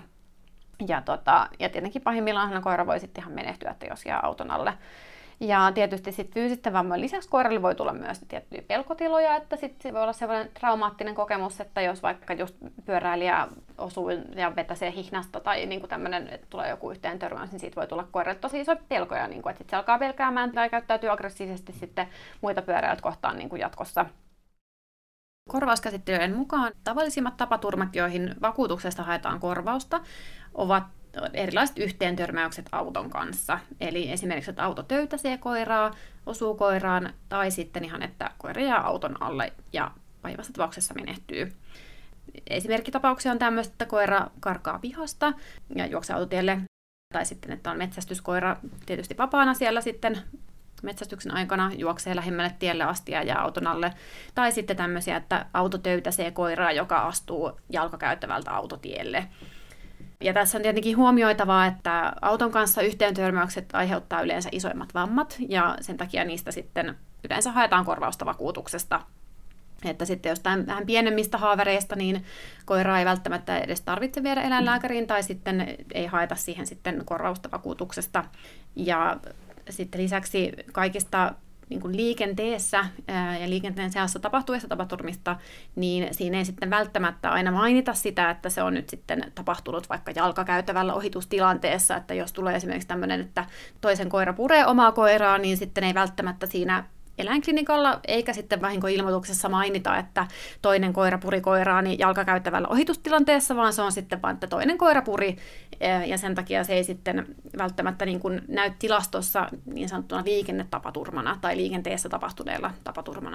E: Ja tietenkin pahimmillaan koira voi sitten ihan menehtyä, että jos jää auton alle. Ja tietysti sitten fyysisten vammojen lisäksi koiralle voi tulla myös tiettyjä pelkotiloja, että sitten se voi olla sellainen traumaattinen kokemus, että jos vaikka just pyöräilijä osuu ja vetäsee hihnasta tai niin kuin tämmöinen, että tulee joku yhteen törmäys, niin siitä voi tulla koiralle tosi iso pelkoja, niin kuin, että sitten se alkaa pelkäämään tai käyttäytyy aggressiivisesti sitten muita pyöräilijöitä kohtaan niin kuin jatkossa. Korvauskäsittelyiden mukaan tavallisimmat tapaturmat, joihin vakuutuksesta haetaan korvausta, ovat erilaiset yhteentörmäykset auton kanssa. Eli esimerkiksi, että auto töytäsee koiraa, osuu koiraan, tai sitten ihan, että koira jää auton alle ja pahimmassa tapauksessa menehtyy. Esimerkkitapauksia on tämmöistä, että koira karkaa pihasta ja juoksee autotielle, tai sitten, että on metsästyskoira tietysti vapaana siellä sitten metsästyksen aikana, juoksee lähimmälle tielle asti ja jää auton alle. Tai sitten tämmöisiä, että auto töytäsee koiraa, joka astuu jalkakäyttävältä autotielle. Ja tässä on tietenkin huomioitavaa, että auton kanssa yhteentörmäykset aiheuttaa yleensä isoimmat vammat, ja sen takia niistä sitten yleensä haetaan korvausta vakuutuksesta. Että sitten jostain vähän pienemmistä haavereista, niin koiraa ei välttämättä edes tarvitse viedä eläinlääkäriin, tai sitten ei haeta siihen sitten korvausta vakuutuksesta. Ja sitten lisäksi kaikista niin kuin liikenteessä ja liikenteen seassa tapahtuvista tapaturmista, niin siinä ei sitten välttämättä aina mainita sitä, että se on nyt sitten tapahtunut vaikka jalkakäytävällä ohitustilanteessa, että jos tulee esimerkiksi tämmöinen, että toisen koira puree omaa koiraa, niin sitten ei välttämättä siinä eläinklinikalla eikä sitten vahinkoilmoituksessa mainita, että toinen koira puri koiraani jalkakäyttävällä ohitustilanteessa, vaan se on sitten vain, että toinen koira puri, ja sen takia se ei sitten välttämättä niin kuin näy tilastossa niin sanottuna liikennetapaturmana tai liikenteessä tapahtuneella tapaturmana.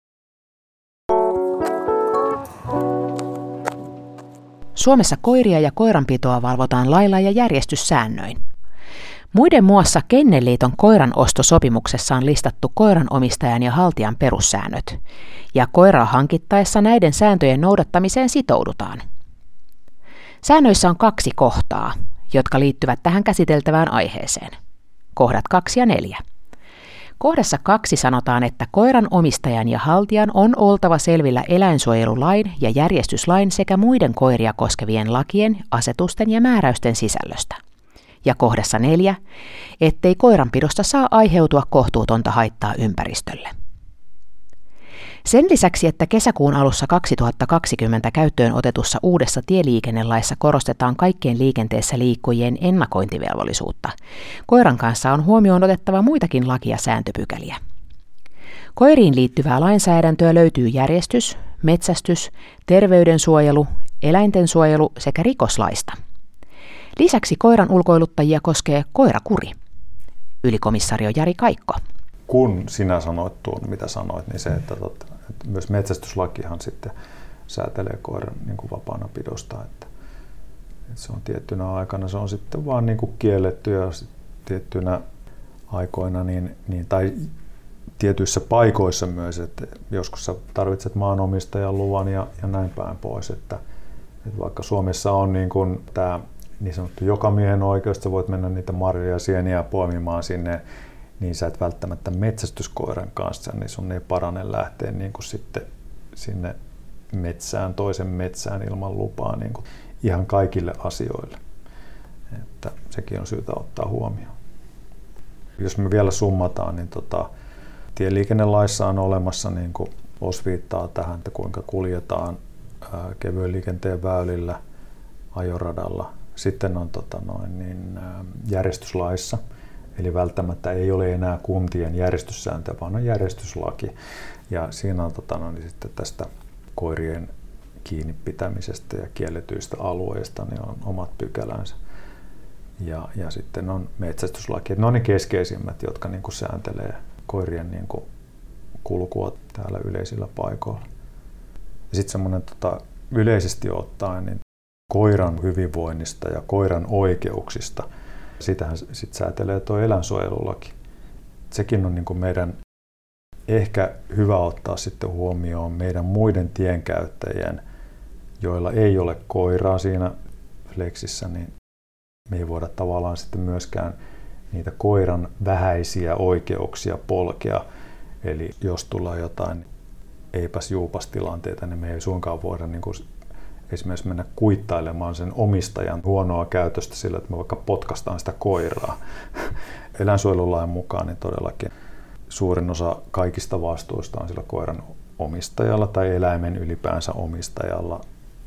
A: Suomessa koiria ja koiranpitoa valvotaan lailla ja järjestyssäännöin. Muiden muassa Kennelliiton koiranostosopimuksessa on listattu koiranomistajan ja haltijan perussäännöt, ja koiraa hankittaessa näiden sääntöjen noudattamiseen sitoudutaan. Säännöissä on 2 kohtaa, jotka liittyvät tähän käsiteltävään aiheeseen. Kohdat 2 ja 4. Kohdassa 2 sanotaan, että koiran omistajan ja haltijan on oltava selvillä eläinsuojelulain ja järjestyslain sekä muiden koiria koskevien lakien, asetusten ja määräysten sisällöstä. Ja kohdassa 4, ettei koiranpidosta saa aiheutua kohtuutonta haittaa ympäristölle. Sen lisäksi, että kesäkuun alussa 2020 käyttöön otetussa uudessa tieliikennelaissa korostetaan kaikkien liikenteessä liikkujien ennakointivelvollisuutta, koiran kanssa on huomioon otettava muitakin laki- ja sääntöpykäliä. Koiriin liittyvää lainsäädäntöä löytyy järjestys, metsästys, terveydensuojelu, eläintensuojelu sekä rikoslaista. Lisäksi koiran ulkoiluttajia koskee koirakuri. Ylikomissario Jari Kaikko.
B: Kun sinä sanoit tuon, mitä sanoit, niin se, että myös metsästyslakihan sitten säätelee koiran niin kuin vapaana pidosta. Että se on tiettynä aikana, se on sitten vaan niin kuin kielletty ja tiettynä aikoina tai tietyissä paikoissa myös, että joskus sä tarvitset maanomistajan luvan ja näin päin pois. Että vaikka Suomessa on niin kuin tämä niin sanottu jokamiehen oikeus, että sä voit mennä niitä marjoja ja sieniä poimimaan sinne, niin sä et välttämättä metsästyskoiran kanssa, niin sun ei parane lähteä niin kuin sitten sinne metsään, toisen metsään ilman lupaa niin kuin ihan kaikille asioille. Että sekin on syytä ottaa huomioon. Jos me vielä summataan, niin tieliikennelaissa on olemassa niin kuin osviittaa tähän, että kuinka kuljetaan kevyen liikenteen väylillä, ajoradalla. Sitten on järjestyslaissa, eli välttämättä ei ole enää kuntien järjestyssääntö, vaan on järjestyslaki. Ja siinä on sitten tästä koirien kiinni pitämisestä ja kielletyistä alueista niin on omat pykälänsä. Ja sitten on metsästyslaki. Ne on ne keskeisimmät, jotka niin kuin sääntelee koirien niin kuin kulkua täällä yleisillä paikoilla. Ja sitten semmoinen yleisesti ottaen niin koiran hyvinvoinnista ja koiran oikeuksista, sitähän sitten säätelee tuo eläinsuojelulaki. Sekin on niin kuin meidän ehkä hyvä ottaa sitten huomioon meidän muiden tienkäyttäjien, joilla ei ole koiraa siinä fleksissä, niin me ei voida tavallaan sitten myöskään niitä koiran vähäisiä oikeuksia polkea. Eli jos tulee jotain eipäs juupas tilanteita, niin me ei suinkaan voida niin kuin esimerkiksi mennä kuittailemaan sen omistajan huonoa käytöstä sillä, että me vaikka potkastaan sitä koiraa. Eläinsuojelulain mukaan niin todellakin suurin osa kaikista vastuista on sillä koiran omistajalla tai eläimen ylipäänsä omistajalla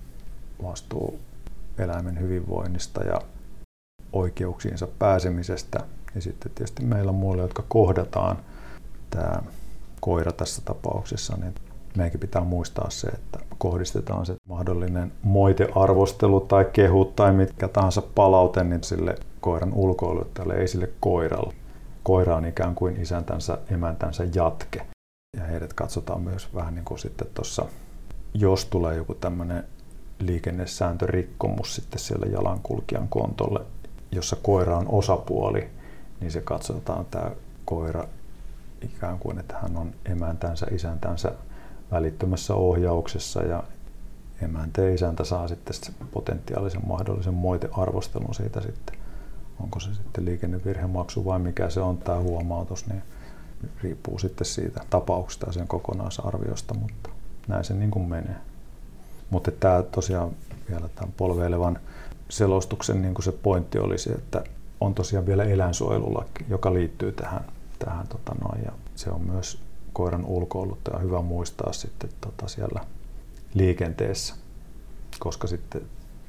B: vastuu eläimen hyvinvoinnista ja oikeuksiinsa pääsemisestä. Ja sitten tietysti meillä muille, jotka kohdataan tämä koira tässä tapauksessa, niin meidänkin pitää muistaa se, että kohdistetaan se mahdollinen moitearvostelu tai kehut tai mitkä tahansa palaute niin sille koiran ulkoiluttajalle, ei sille koiralle. Koira on ikään kuin isäntänsä, emäntänsä jatke. Ja heidät katsotaan myös vähän niin kuin sitten tuossa, jos tulee joku tämmöinen liikennesääntörikkomus sitten siellä jalankulkijan kontolle, jossa koira on osapuoli, niin se katsotaan tämä koira ikään kuin, että hän on emäntänsä, isäntänsä välittömässä ohjauksessa ja emäntä ja isäntä saa sitten potentiaalisen mahdollisen moitearvostelun siitä sitten. Onko se sitten liikennevirhemaksu vai mikä se on tämä huomautus, niin riippuu sitten siitä tapauksesta ja sen kokonaisarviosta, mutta näin se niin kuin menee. Mutta tämä tosiaan vielä tämän polveilevan selostuksen niin kuin se pointti oli se, että on tosiaan vielä eläinsuojelulaki, joka liittyy tähän ja se on myös koiran ulkoiluttaja hyvä muistaa sitten siellä liikenteessä, koska sitten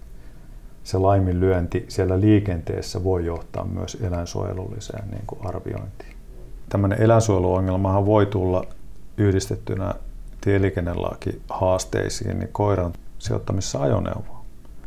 B: se laiminlyönti siellä liikenteessä voi johtaa myös eläinsuojelulliseen niin kuin arviointiin. Tällainen eläinsuojeluongelmahan voi tulla yhdistettynä tieliikennelaki haasteisiin niin koiran sijoittamissa ajoneuvoon.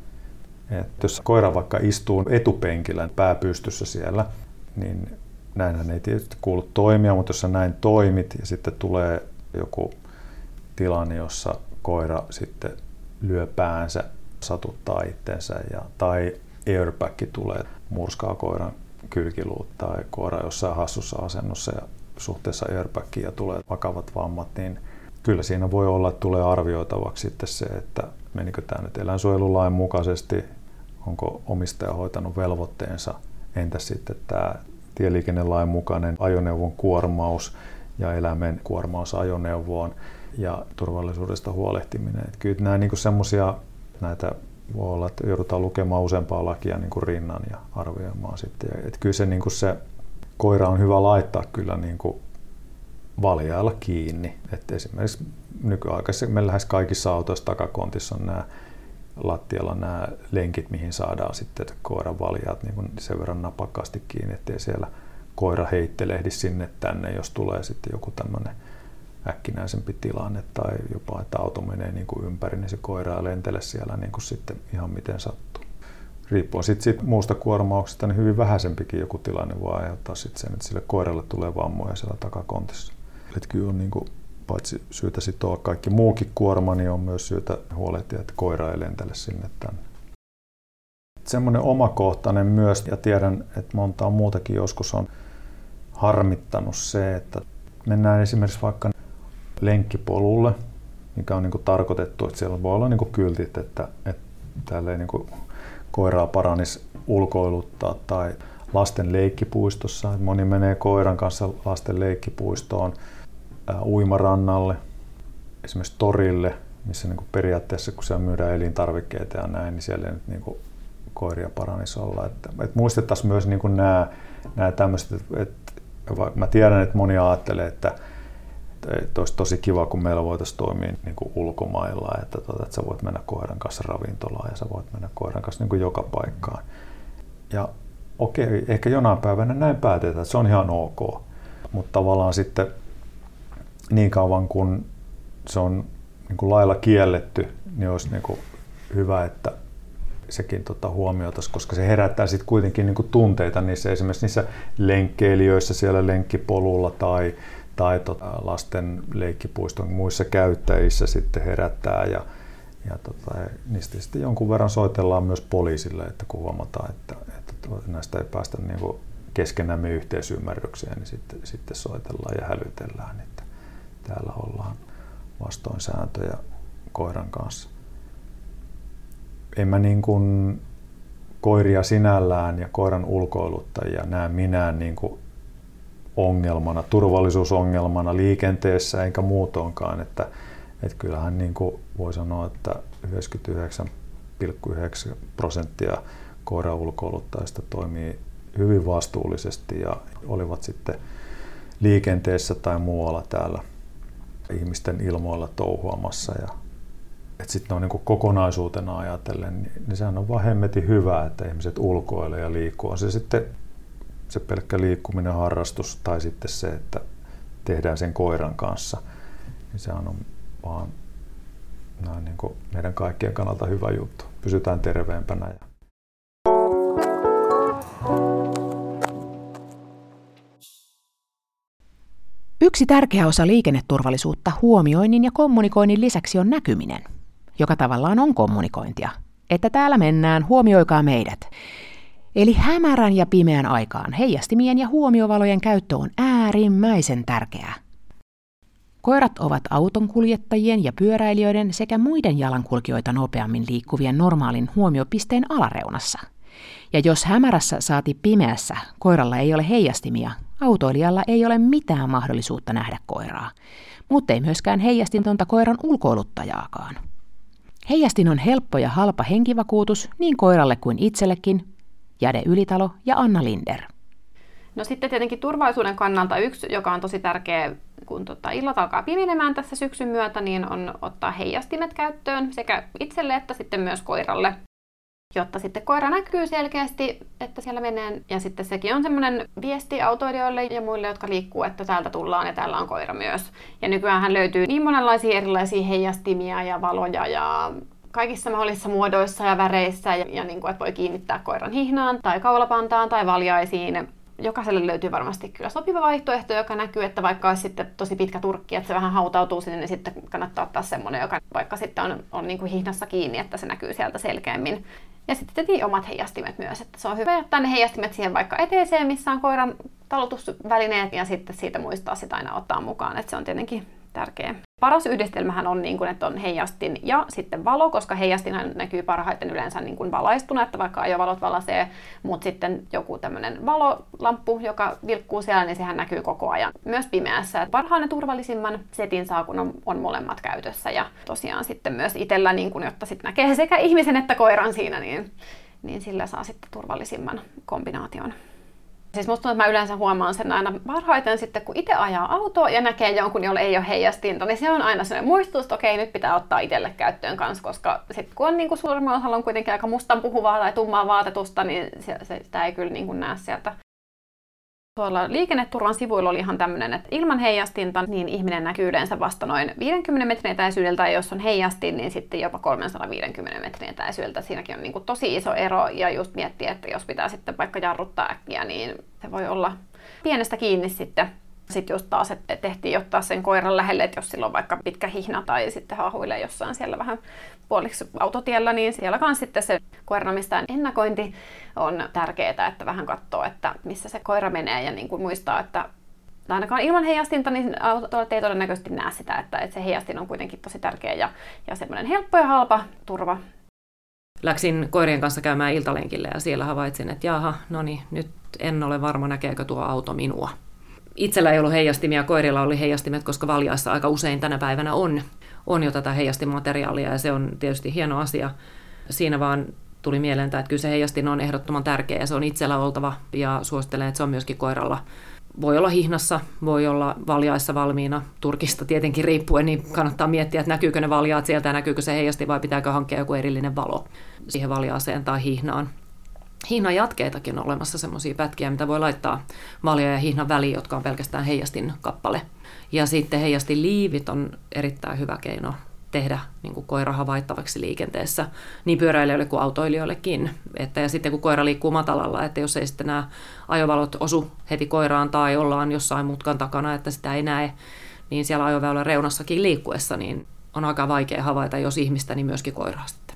B: Jos koira vaikka istuu etupenkillä pää pystyssä siellä, niin näinhän ei tietysti kuulu toimia, mutta jos sä näin toimit ja sitten tulee joku tilanne, jossa koira sitten lyö päänsä, satuttaa itsensä tai airbag tulee, murskaa koiran kylkiluut tai koira jossain hassussa asennossa ja suhteessa airbagiin ja tulee vakavat vammat, niin kyllä siinä voi olla, että tulee arvioitavaksi sitten se, että menikö tämä nyt eläinsuojelulain mukaisesti, onko omistaja hoitanut velvoitteensa, entäs sitten tämä tieliikennelain mukainen ajoneuvon kuormaus ja eläimen kuormaus ajoneuvoon ja turvallisuudesta huolehtiminen. Että kyllä nämä niin semmoisia, näitä voi olla, että joudutaan lukemaan useampaa lakia niin kuin rinnan ja arvioimaan sitten. Että kyllä se, niin kuin se koira on hyvä laittaa kyllä niin kuin valjailla kiinni. Et esimerkiksi nykyaikaisesti meillä lähes kaikissa autoissa takakontissa on nämä lattialla nämä lenkit, mihin saadaan sitten koiran valjaat niin kuin sen verran napakkaasti kiinni, ettei siellä koira heittelehdi sinne tänne, jos tulee sitten joku tämmöinen äkkinäisempi tilanne tai jopa, että auto menee niin kuin ympäri, niin se koira ei lentele siellä niin kuin sitten ihan miten sattuu. Riippuen sitten muusta kuormauksesta, niin hyvin vähäisempikin joku tilanne voi aiheuttaa sitten sen, että sille koiralle tulee vammoja siellä takakontissa. Että kyllä on niin kuin, paitsi syytä sitoa kaikki muukin kuorma, niin on myös syytä huolehtia, että koira ei lentele sinne tänne. Semmoinen omakohtainen myös, ja tiedän, että montaa muutakin joskus on harmittanut se, että mennään esimerkiksi vaikka lenkkipolulle, mikä on niin kuin tarkoitettu, että siellä voi olla niin kuin kyltit, että täällä ei niin kuin koiraa paranisi ulkoiluttaa, tai lasten leikkipuistossa. Moni menee koiran kanssa lasten leikkipuistoon, uimarannalle, esimerkiksi torille, missä niin kuin periaatteessa kun siellä myydään elintarvikkeita ja näin, niin siellä ei nyt niin kuin koiria paranisi olla. Että muistettaisiin myös niin kuin nämä tämmöiset, että mä tiedän, että moni ajattelee, että olisi tosi kiva, kun meillä voitaisiin toimia niin kuin ulkomailla, että sä voit mennä koiran kanssa ravintolaan ja sä voit mennä koiran kanssa niin kuin joka paikkaan. Ja okei, ehkä jonain päivänä näin päätetään, että se on ihan ok, mutta tavallaan sitten niin kauan kun se on niin kuin lailla kielletty, niin olisi niin kuin hyvä, että sekin huomioitaisiin, koska se herättää sitten kuitenkin niin kuin tunteita niissä, esimerkiksi niissä lenkkeilijöissä siellä lenkkipolulla tai lasten leikkipuiston muissa käyttäjissä sitten herättää ja niistä sitten jonkun verran soitellaan myös poliisille, että kun huomataan, että näistä ei päästä niin kuin keskenämme yhteisymmärrykseen, niin sitten soitellaan ja hälytellään, että täällä ollaan vastoin sääntöjä koiran kanssa. En mä niin kuin koiria sinällään ja koiran ulkoiluttajia näe minään niin kuin ongelmana, turvallisuusongelmana liikenteessä eikä muutoinkaan. Että kyllähän niin kuin voi sanoa, että 99,9% koiran ulkoiluttajista toimii hyvin vastuullisesti ja olivat sitten liikenteessä tai muualla täällä ihmisten ilmoilla touhuamassa. Että sitten on niin kuin kokonaisuutena ajatellen, niin sehän on vaan hemmetin hyvä, että ihmiset ulkoilee ja liikkuu. On se sitten se pelkkä liikkuminen, harrastus tai sitten se, että tehdään sen koiran kanssa, niin sehän on vaan niin kuin meidän kaikkien kannalta hyvä juttu. Pysytään terveempänä.
A: Yksi tärkeä osa liikenneturvallisuutta huomioinnin ja kommunikoinnin lisäksi on näkyminen, joka tavallaan on kommunikointia. Että täällä mennään, huomioikaa meidät. Eli hämärän ja pimeän aikaan heijastimien ja huomiovalojen käyttö on äärimmäisen tärkeää. Koirat ovat autonkuljettajien ja pyöräilijöiden sekä muiden jalankulkijoita nopeammin liikkuvien normaalin huomiopisteen alareunassa. Ja jos hämärässä saati pimeässä koiralla ei ole heijastimia, autoilijalla ei ole mitään mahdollisuutta nähdä koiraa, mutta ei myöskään heijastintonta koiran ulkoiluttajaakaan. Heijastin on helppo ja halpa henkivakuutus niin koiralle kuin itsellekin. Jade Ylitalo ja Anna Linder.
E: No sitten tietenkin turvallisuuden kannalta yksi, joka on tosi tärkeä, kun illat alkaa pimenemään tässä syksyn myötä, niin on ottaa heijastimet käyttöön sekä itselle että sitten myös koiralle, jotta sitten koira näkyy selkeästi, että siellä mennään. Ja sitten sekin on semmoinen viesti autoilijoille ja muille, jotka liikkuu, että täältä tullaan ja täällä on koira myös. Ja nykyäänhän löytyy niin monenlaisia erilaisia heijastimia ja valoja ja kaikissa mahdollisissa muodoissa ja väreissä ja niin kuin, että voi kiinnittää koiran hihnaan tai kaulapantaan tai valjaisiin. Jokaiselle löytyy varmasti kyllä sopiva vaihtoehto, joka näkyy, että vaikka olisi sitten tosi pitkä turkki, että se vähän hautautuu sinne, niin sitten kannattaa ottaa semmoinen, joka vaikka sitten on niin kuin hihnassa kiinni, että se näkyy sieltä selkeämmin. Ja sitten tietenkin omat heijastimet myös, että se on hyvä jättää ne heijastimet siihen vaikka eteeseen, missä on koiran talutusvälineet ja sitten siitä muistaa sitä aina ottaa mukaan, että se on tietenkin tärkeä. Paras yhdistelmähän on, niin kuin, että on heijastin ja sitten valo, koska heijastinhan näkyy parhaiten yleensä niin kuin valaistuna, että vaikka ajovalot valaisee, mutta sitten joku tämmöinen valolamppu, joka vilkkuu siellä, niin sehän näkyy koko ajan myös pimeässä. Parhaan ja turvallisimman setin saa, kun on molemmat käytössä ja tosiaan sitten myös itsellä, niin kuin, jotta sitten näkee sekä ihmisen että koiran siinä, niin sillä saa sitten turvallisimman kombinaation. Siis musta tuntuu, että mä yleensä huomaan sen aina parhaiten sitten, kun itse ajaa autoa ja näkee jonkun, jolla ei ole heijastinta, niin se on aina sellainen muistutus, että okei, nyt pitää ottaa itselle käyttöön kanssa, koska sitten kun on niin kuin suurimman osalla on kuitenkin aika mustan puhuvaa tai tummaa vaatetusta, niin sitä ei kyllä niin kuin näe sieltä. Tuolla liikenneturvan sivuilla oli ihan tämmöinen, että ilman heijastinta niin ihminen näkyy yleensä vasta noin 50 metrin etäisyydeltä, ja jos on heijastin, niin sitten jopa 350 metrin etäisyydeltä. Siinäkin on niin kuin tosi iso ero, ja just miettiä, että jos pitää sitten vaikka jarruttaa äkkiä, niin se voi olla pienestä kiinni sitten. Sitten just taas, että tehtiin ottaa sen koiran lähelle, että jos sillä on vaikka pitkä hihna tai sitten haahuilee jossain siellä vähän puoliksi autotiellä, niin siellä kanssa sitten se koiranomistajan ennakointi on tärkeää, että vähän katsoo, että missä se koira menee ja niin kuin muistaa, että ainakaan ilman heijastinta, niin autolla ei todennäköisesti näe sitä, että se heijastin on kuitenkin tosi tärkeä ja semmoinen helppo ja halpa turva.
F: Läksin koirien kanssa käymään iltalenkille ja siellä havaitsin, että jaha, no niin, nyt en ole varma näkeekö tuo auto minua. Itsellä ei ollut heijastimia, koirilla oli heijastimet, koska valjaissa aika usein tänä päivänä on jo tätä heijastimateriaalia ja se on tietysti hieno asia. Siinä vaan tuli mieleen, että kyllä se heijastin on ehdottoman tärkeä ja se on itsellä oltava ja suosittelen, että se on myöskin koiralla. Voi olla hihnassa, voi olla valjaissa valmiina, turkista tietenkin riippuen, niin kannattaa miettiä, että näkyykö ne valjaat sieltä ja näkyykö se heijasti vai pitääkö hankkia joku erillinen valo siihen valjaaseen tai hihnaan. Hihnan jatkeitakin on olemassa semmoisia pätkiä, mitä voi laittaa valjan ja hihnan väliin, jotka on pelkästään heijastin kappale. Ja sitten heijastin liivit on erittäin hyvä keino tehdä niin kuin koira havaittavaksi liikenteessä, niin pyöräilijöille kuin autoilijoillekin. Ja sitten kun koira liikkuu matalalla, että jos ei sitten nämä ajovalot osu heti koiraan tai ollaan jossain mutkan takana, että sitä ei näe, niin siellä ajoväylän reunassakin liikkuessa niin on aika vaikea havaita, jos ihmistä, niin myöskin koiraa sitten.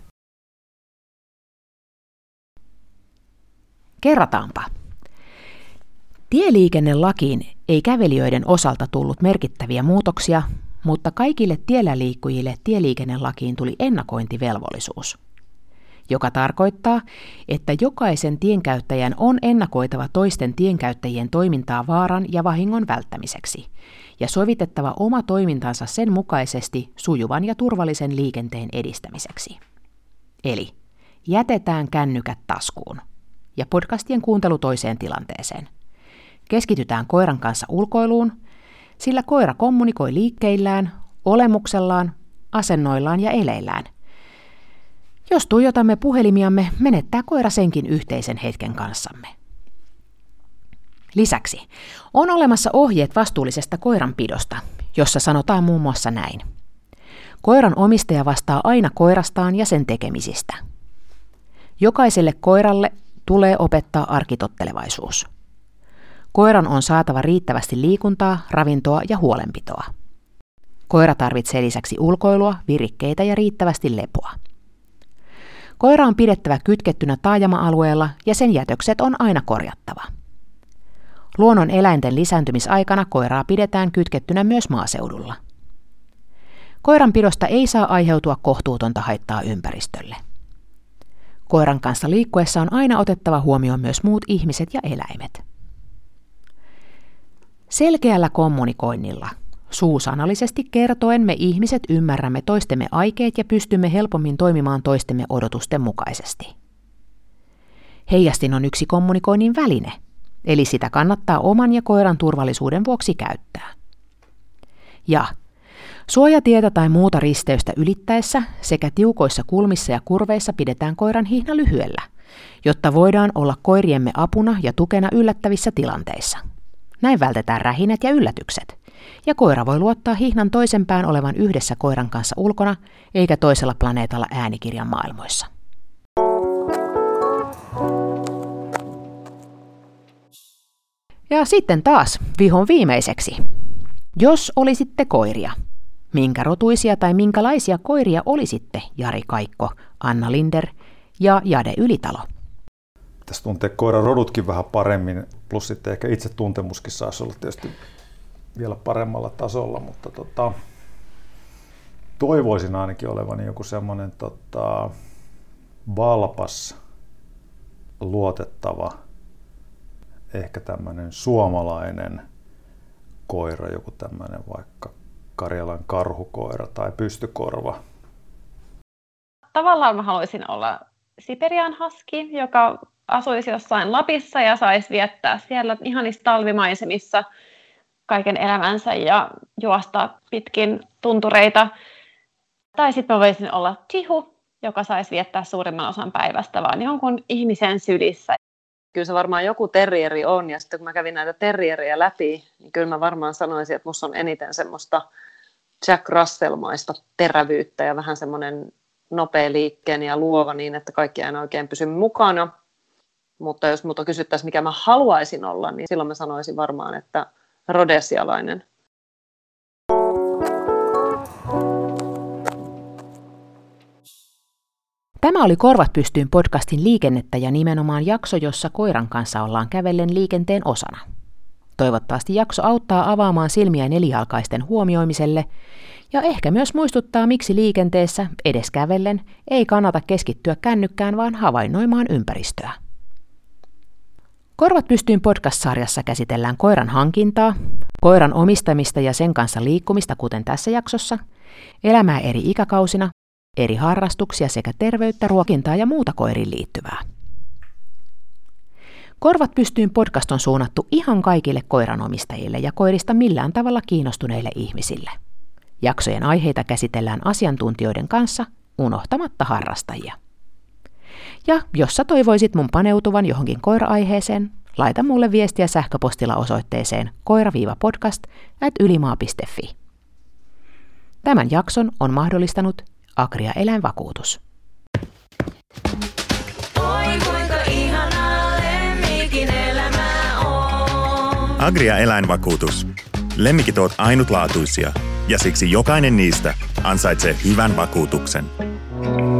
A: Kerrataanpa. Tieliikennelakiin ei kävelijöiden osalta tullut merkittäviä muutoksia, mutta kaikille tiellä liikkujille tieliikennelakiin tuli ennakointivelvollisuus, joka tarkoittaa, että jokaisen tienkäyttäjän on ennakoitava toisten tienkäyttäjien toimintaa vaaran ja vahingon välttämiseksi ja sovitettava oma toimintansa sen mukaisesti sujuvan ja turvallisen liikenteen edistämiseksi. Eli jätetään kännykät taskuun ja podcastien kuuntelu toiseen tilanteeseen. Keskitytään koiran kanssa ulkoiluun, sillä koira kommunikoi liikkeillään, olemuksellaan, asennoillaan ja eleillään. Jos tuijotamme puhelimiamme, menettää koira senkin yhteisen hetken kanssamme. Lisäksi on olemassa ohjeet vastuullisesta koiranpidosta, jossa sanotaan muun muassa näin. Koiran omistaja vastaa aina koirastaan ja sen tekemisistä. Jokaiselle koiralle tulee opettaa arkitottelevaisuus. Koiran on saatava riittävästi liikuntaa, ravintoa ja huolenpitoa. Koira tarvitsee lisäksi ulkoilua, virikkeitä ja riittävästi lepoa. Koira on pidettävä kytkettynä taajama-alueella ja sen jätökset on aina korjattava. Luonnon eläinten lisääntymisaikana koiraa pidetään kytkettynä myös maaseudulla. Koiranpidosta ei saa aiheutua kohtuutonta haittaa ympäristölle. Koiran kanssa liikkuessa on aina otettava huomioon myös muut ihmiset ja eläimet. Selkeällä kommunikoinnilla, suusanallisesti kertoen me ihmiset ymmärrämme toistemme aikeet ja pystymme helpommin toimimaan toistemme odotusten mukaisesti. Heijastin on yksi kommunikoinnin väline, eli sitä kannattaa oman ja koiran turvallisuuden vuoksi käyttää. Ja suojatietä tai muuta risteystä ylittäessä sekä tiukoissa kulmissa ja kurveissa pidetään koiran hihna lyhyellä, jotta voidaan olla koiriemme apuna ja tukena yllättävissä tilanteissa. Näin vältetään rähinät ja yllätykset, ja koira voi luottaa hihnan toisen pään olevan yhdessä koiran kanssa ulkona, eikä toisella planeetalla äänikirjan maailmoissa. Ja sitten taas vihon viimeiseksi. Jos olisitte koiria, minkä rotuisia tai minkälaisia koiria olisitte Jari Kaikko, Anna Linder ja Jade Ylitalo?
B: Tässä tuntee koiran rodutkin vähän paremmin, plus sitten ehkä itse tuntemuskin saisi olla tietysti vielä paremmalla tasolla, mutta toivoisin ainakin olevani joku semmoinen valpas, luotettava, ehkä tämmöinen suomalainen koira, joku tämmöinen vaikka Karjalan karhukoira tai pystykorva.
C: Tavallaan mä haluaisin olla Siberian husky, joka asuisi jossain Lapissa ja saisi viettää siellä ihanissa talvimaisemissa kaiken elämänsä ja juosta pitkin tuntureita. Tai sitten mä voisin olla Chihu, joka saisi viettää suurimman osan päivästä vaan jonkun ihmisen sylissä.
D: Kyllä se varmaan joku terrieri on, ja sitten kun mä kävin näitä terrieriä läpi, niin kyllä mä varmaan sanoisin, että musta on eniten semmoista Jack Russell-maista terävyyttä ja vähän semmoinen nopea liikkeen ja luova niin, että kaikki aina oikein pysy mukana. Mutta jos multa kysyttäisiin, mikä mä haluaisin olla, niin silloin mä sanoisin varmaan, että rhodesialainen.
A: Tämä oli Korvat pystyyn podcastin liikennettä ja nimenomaan jakso, jossa koiran kanssa ollaan kävellen liikenteen osana. Toivottavasti jakso auttaa avaamaan silmiä nelijalkaisten huomioimiselle ja ehkä myös muistuttaa, miksi liikenteessä, edes kävellen, ei kannata keskittyä kännykkään, vaan havainnoimaan ympäristöä. Korvat pystyyn podcast-sarjassa käsitellään koiran hankintaa, koiran omistamista ja sen kanssa liikkumista, kuten tässä jaksossa, elämää eri ikäkausina, eri harrastuksia sekä terveyttä, ruokintaa ja muuta koiriin liittyvää. Korvat pystyyn podcast on suunnattu ihan kaikille koiranomistajille ja koirista millään tavalla kiinnostuneille ihmisille. Jaksojen aiheita käsitellään asiantuntijoiden kanssa, unohtamatta harrastajia. Ja jos sä toivoisit mun paneutuvan johonkin koira-aiheeseen, laita mulle viestiä sähköpostilla osoitteeseen koira-podcast@ylimaa.fi. Tämän jakson on mahdollistanut Agria Eläinvakuutus.
H: Oi kuinka ihanaa lemmikin elämä on.
I: Agria Eläinvakuutus. Lemmikit ovat ainutlaatuisia ja siksi jokainen niistä ansaitsee hyvän vakuutuksen.